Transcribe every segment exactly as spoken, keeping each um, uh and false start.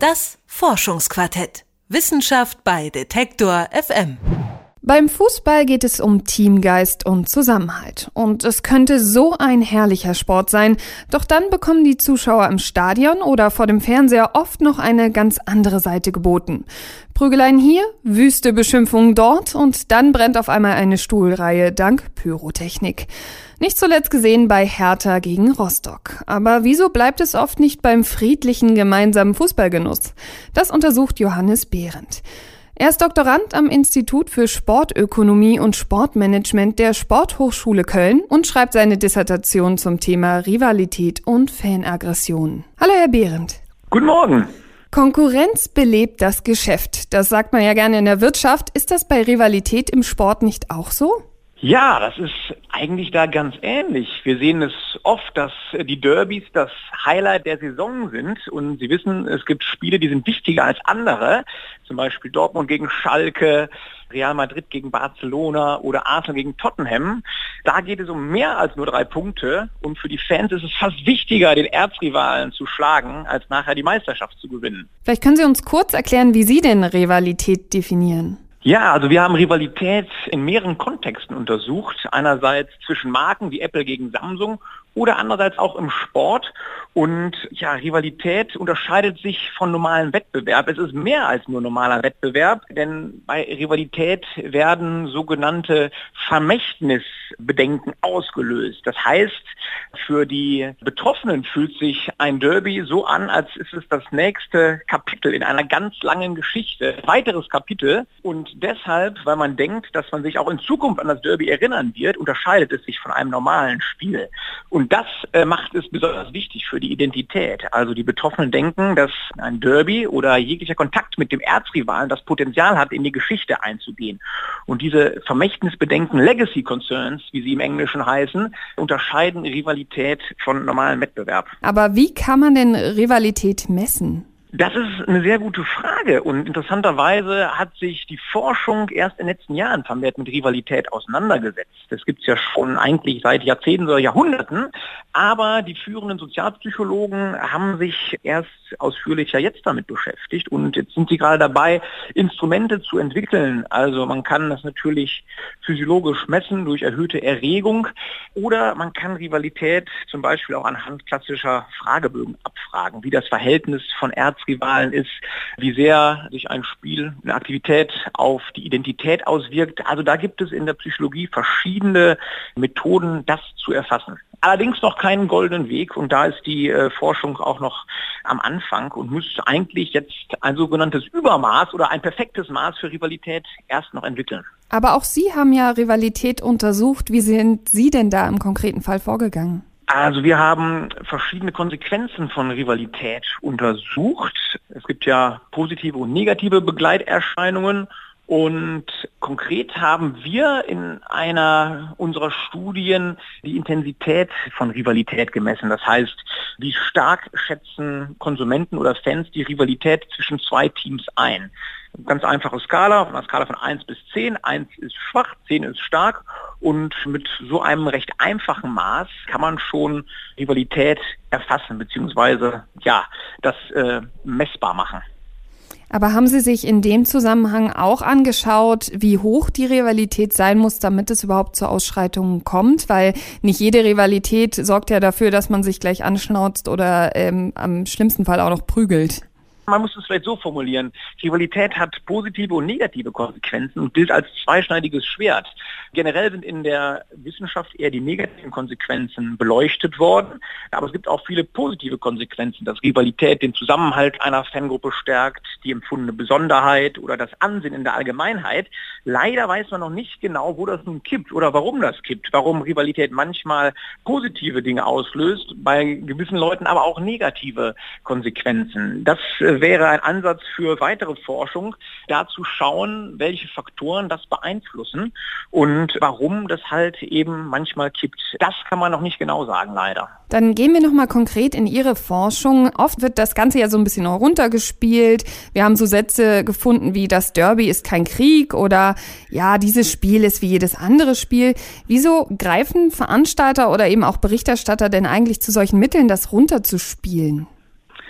Das Forschungsquartett. Wissenschaft bei Detektor F M. Beim Fußball geht es um Teamgeist und Zusammenhalt. Und es könnte so ein herrlicher Sport sein. Doch dann bekommen die Zuschauer im Stadion oder vor dem Fernseher oft noch eine ganz andere Seite geboten. Prügeleien hier, wüste Beschimpfungen dort und dann brennt auf einmal eine Stuhlreihe dank Pyrotechnik. Nicht zuletzt gesehen bei Hertha gegen Rostock. Aber wieso bleibt es oft nicht beim friedlichen gemeinsamen Fußballgenuss? Das untersucht Johannes Behrendt. Er ist Doktorand am Institut für Sportökonomie und Sportmanagement der Sporthochschule Köln und schreibt seine Dissertation zum Thema Rivalität und Fanaggression. Hallo Herr Behrendt. Guten Morgen. Konkurrenz belebt das Geschäft. Das sagt man ja gerne in der Wirtschaft. Ist das bei Rivalität im Sport nicht auch so? Ja, das ist eigentlich da ganz ähnlich. Wir sehen es oft, dass die Derbys das Highlight der Saison sind. Und Sie wissen, es gibt Spiele, die sind wichtiger als andere. Zum Beispiel Dortmund gegen Schalke, Real Madrid gegen Barcelona oder Arsenal gegen Tottenham. Da geht es um mehr als nur drei Punkte. Und für die Fans ist es fast wichtiger, den Erzrivalen zu schlagen, als nachher die Meisterschaft zu gewinnen. Vielleicht können Sie uns kurz erklären, wie Sie denn Rivalität definieren. Ja, also wir haben Rivalität in mehreren Kontexten untersucht. Einerseits zwischen Marken wie Apple gegen Samsung oder andererseits auch im Sport. Und ja, Rivalität unterscheidet sich von normalem Wettbewerb. Es ist mehr als nur normaler Wettbewerb, denn bei Rivalität werden sogenannte Vermächtnisbedenken ausgelöst. Das heißt, für die Betroffenen fühlt sich ein Derby so an, als ist es das nächste Kapitel in einer ganz langen Geschichte. Ein weiteres Kapitel. Und deshalb, weil man denkt, dass man sich auch in Zukunft an das Derby erinnern wird, unterscheidet es sich von einem normalen Spiel. Und das äh, macht es besonders wichtig für die Identität. Also die Betroffenen denken, dass ein Derby oder jeglicher Kontakt mit dem Erzrivalen das Potenzial hat, in die Geschichte einzugehen. Und diese Vermächtnisbedenken, Legacy Concerns, wie sie im Englischen heißen, unterscheiden Rivalität von normalem Wettbewerb. Aber wie kann man denn Rivalität messen? Das ist eine sehr gute Frage und interessanterweise hat sich die Forschung erst in den letzten Jahren vermehrt mit Rivalität auseinandergesetzt. Das gibt es ja schon eigentlich seit Jahrzehnten oder Jahrhunderten, aber die führenden Sozialpsychologen haben sich erst ausführlicher jetzt damit beschäftigt und jetzt sind sie gerade dabei, Instrumente zu entwickeln. Also man kann das natürlich physiologisch messen durch erhöhte Erregung oder man kann Rivalität zum Beispiel auch anhand klassischer Fragebögen abfragen, wie das Verhältnis von Erzrivalen ist, wie sehr sich ein Spiel, eine Aktivität auf die Identität auswirkt. Also da gibt es in der Psychologie verschiedene Methoden, das zu erfassen. Allerdings noch keinen goldenen Weg und da ist die äh, Forschung auch noch am Anfang und müsste eigentlich jetzt ein sogenanntes Übermaß oder ein perfektes Maß für Rivalität erst noch entwickeln. Aber auch Sie haben ja Rivalität untersucht. Wie sind Sie denn da im konkreten Fall vorgegangen? Also wir haben verschiedene Konsequenzen von Rivalität untersucht. Es gibt ja positive und negative Begleiterscheinungen. Und konkret haben wir in einer unserer Studien die Intensität von Rivalität gemessen. Das heißt, wie stark schätzen Konsumenten oder Fans die Rivalität zwischen zwei Teams ein. Ganz einfache Skala, eine Skala von eins bis zehn. eins ist schwach, zehn ist stark. Und mit so einem recht einfachen Maß kann man schon Rivalität erfassen, beziehungsweise ja, das äh, messbar machen. Aber haben Sie sich in dem Zusammenhang auch angeschaut, wie hoch die Rivalität sein muss, damit es überhaupt zu Ausschreitungen kommt? Weil nicht jede Rivalität sorgt ja dafür, dass man sich gleich anschnauzt oder ähm, am schlimmsten Fall auch noch prügelt. Man muss es vielleicht so formulieren. Rivalität hat positive und negative Konsequenzen und gilt als zweischneidiges Schwert. Generell sind in der Wissenschaft eher die negativen Konsequenzen beleuchtet worden. Aber es gibt auch viele positive Konsequenzen, dass Rivalität den Zusammenhalt einer Fangruppe stärkt, die empfundene Besonderheit oder das Ansehen in der Allgemeinheit. Leider weiß man noch nicht genau, wo das nun kippt oder warum das kippt. Warum Rivalität manchmal positive Dinge auslöst, bei gewissen Leuten aber auch negative Konsequenzen. Das wäre ein Ansatz für weitere Forschung, da zu schauen, welche Faktoren das beeinflussen und warum das halt eben manchmal kippt. Das kann man noch nicht genau sagen, leider. Dann gehen wir nochmal konkret in Ihre Forschung. Oft wird das Ganze ja so ein bisschen runtergespielt. Wir haben so Sätze gefunden wie, das Derby ist kein Krieg oder ja, dieses Spiel ist wie jedes andere Spiel. Wieso greifen Veranstalter oder eben auch Berichterstatter denn eigentlich zu solchen Mitteln, das runterzuspielen?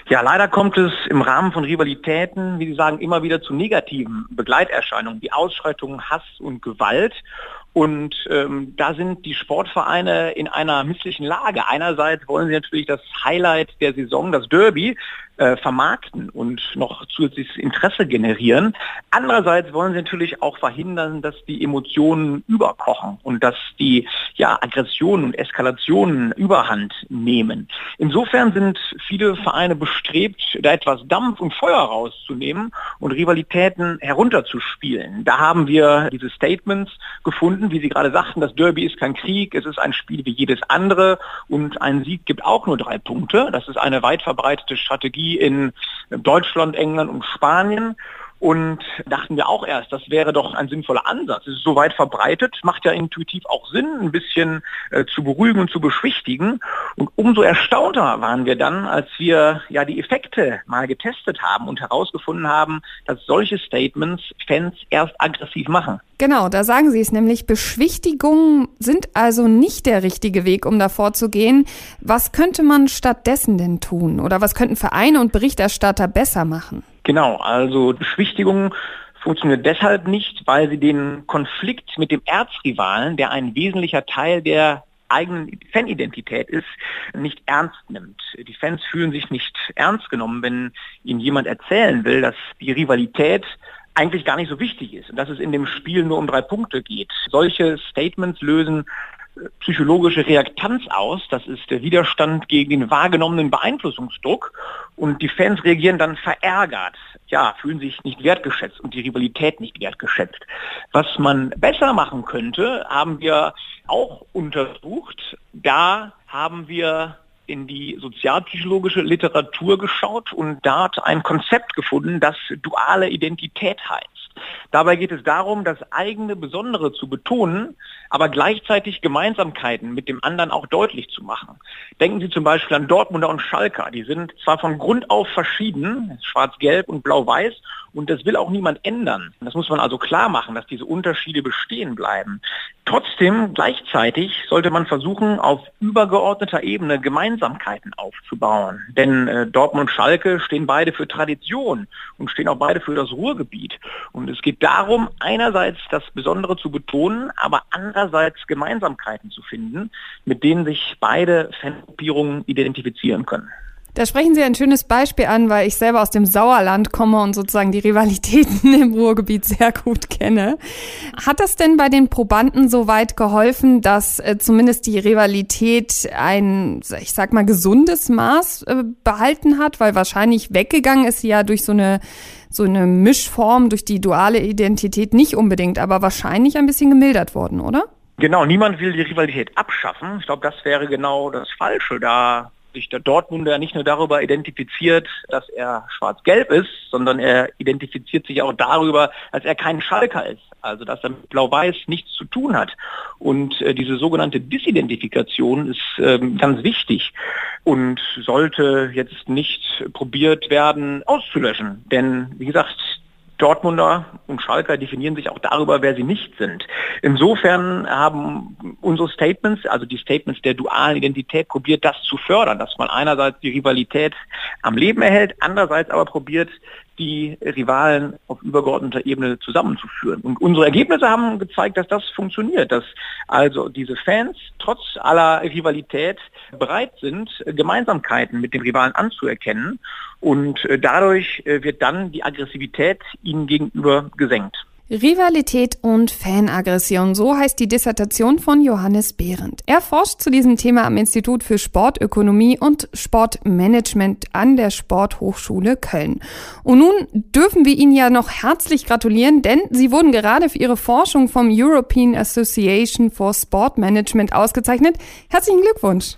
Ja, leider kommt es im Rahmen von Rivalitäten, wie Sie sagen, immer wieder zu negativen Begleiterscheinungen, wie Ausschreitungen, Hass und Gewalt. Und ähm, da sind die Sportvereine in einer misslichen Lage. Einerseits wollen sie natürlich das Highlight der Saison, das Derby, äh, vermarkten und noch zusätzliches Interesse generieren. Andererseits wollen sie natürlich auch verhindern, dass die Emotionen überkochen und dass die ja, Aggressionen und Eskalationen Überhand nehmen. Insofern sind viele Vereine bestrebt, da etwas Dampf und Feuer rauszunehmen und Rivalitäten herunterzuspielen. Da haben wir diese Statements gefunden, wie Sie gerade sagten, das Derby ist kein Krieg, es ist ein Spiel wie jedes andere und ein Sieg gibt auch nur drei Punkte. Das ist eine weit verbreitete Strategie in Deutschland, England und Spanien. Und dachten wir auch erst, das wäre doch ein sinnvoller Ansatz. Es ist so weit verbreitet, macht ja intuitiv auch Sinn, ein bisschen äh, zu beruhigen und zu beschwichtigen. Und umso erstaunter waren wir dann, als wir ja die Effekte mal getestet haben und herausgefunden haben, dass solche Statements Fans erst aggressiv machen. Genau, da sagen Sie es nämlich, Beschwichtigungen sind also nicht der richtige Weg, um da vorzugehen. Was könnte man stattdessen denn tun? Oder was könnten Vereine und Berichterstatter besser machen? Genau, also Beschwichtigung funktioniert deshalb nicht, weil sie den Konflikt mit dem Erzrivalen, der ein wesentlicher Teil der eigenen Fanidentität ist, nicht ernst nimmt. Die Fans fühlen sich nicht ernst genommen, wenn ihnen jemand erzählen will, dass die Rivalität eigentlich gar nicht so wichtig ist und dass es in dem Spiel nur um drei Punkte geht. Solche Statements lösen psychologische Reaktanz aus, das ist der Widerstand gegen den wahrgenommenen Beeinflussungsdruck und die Fans reagieren dann verärgert, ja, fühlen sich nicht wertgeschätzt und die Rivalität nicht wertgeschätzt. Was man besser machen könnte, haben wir auch untersucht. Da haben wir in die sozialpsychologische Literatur geschaut und dort ein Konzept gefunden, das duale Identität heißt. Dabei geht es darum, das eigene Besondere zu betonen, aber gleichzeitig Gemeinsamkeiten mit dem anderen auch deutlich zu machen. Denken Sie zum Beispiel an Dortmunder und Schalker. Die sind zwar von Grund auf verschieden, schwarz-gelb und blau-weiß, und das will auch niemand ändern. Das muss man also klar machen, dass diese Unterschiede bestehen bleiben. Trotzdem, gleichzeitig sollte man versuchen, auf übergeordneter Ebene Gemeinsamkeiten aufzubauen. Denn äh, Dortmund und Schalke stehen beide für Tradition und stehen auch beide für das Ruhrgebiet. Und es geht darum, einerseits das Besondere zu betonen, aber andererseits Gemeinsamkeiten zu finden, mit denen sich beide Fangruppierungen identifizieren können. Da sprechen Sie ein schönes Beispiel an, weil ich selber aus dem Sauerland komme und sozusagen die Rivalitäten im Ruhrgebiet sehr gut kenne. Hat das denn bei den Probanden so weit geholfen, dass äh, zumindest die Rivalität ein, ich sag mal, gesundes Maß äh, behalten hat? Weil wahrscheinlich weggegangen ist sie ja durch so eine, so eine Mischform, durch die duale Identität nicht unbedingt, aber wahrscheinlich ein bisschen gemildert worden, oder? Genau, niemand will die Rivalität abschaffen. Ich glaube, das wäre genau das Falsche, da sich der Dortmunder nicht nur darüber identifiziert, dass er schwarz-gelb ist, sondern er identifiziert sich auch darüber, dass er kein Schalker ist, also dass er mit Blau-Weiß nichts zu tun hat. Und äh, diese sogenannte Disidentifikation ist ähm, ganz wichtig und sollte jetzt nicht probiert werden auszulöschen. Denn, wie gesagt, Dortmunder und Schalker definieren sich auch darüber, wer sie nicht sind. Insofern haben unsere Statements, also die Statements der dualen Identität, probiert, das zu fördern, dass man einerseits die Rivalität am Leben erhält, andererseits aber probiert, die Rivalen auf übergeordneter Ebene zusammenzuführen. Und unsere Ergebnisse haben gezeigt, dass das funktioniert, dass also diese Fans trotz aller Rivalität bereit sind, Gemeinsamkeiten mit den Rivalen anzuerkennen. Und dadurch wird dann die Aggressivität ihnen gegenüber gesenkt. Rivalität und Fanaggression, so heißt die Dissertation von Johannes Behrendt. Er forscht zu diesem Thema am Institut für Sportökonomie und Sportmanagement an der Sporthochschule Köln. Und nun dürfen wir Ihnen ja noch herzlich gratulieren, denn Sie wurden gerade für Ihre Forschung vom European Association for Sport Management ausgezeichnet. Herzlichen Glückwunsch.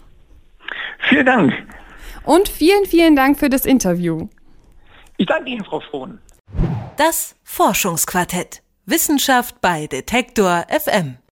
Vielen Dank. Und vielen, vielen Dank für das Interview. Ich danke Ihnen, Frau Frohn. Das Forschungsquartett. Wissenschaft bei Detektor F M.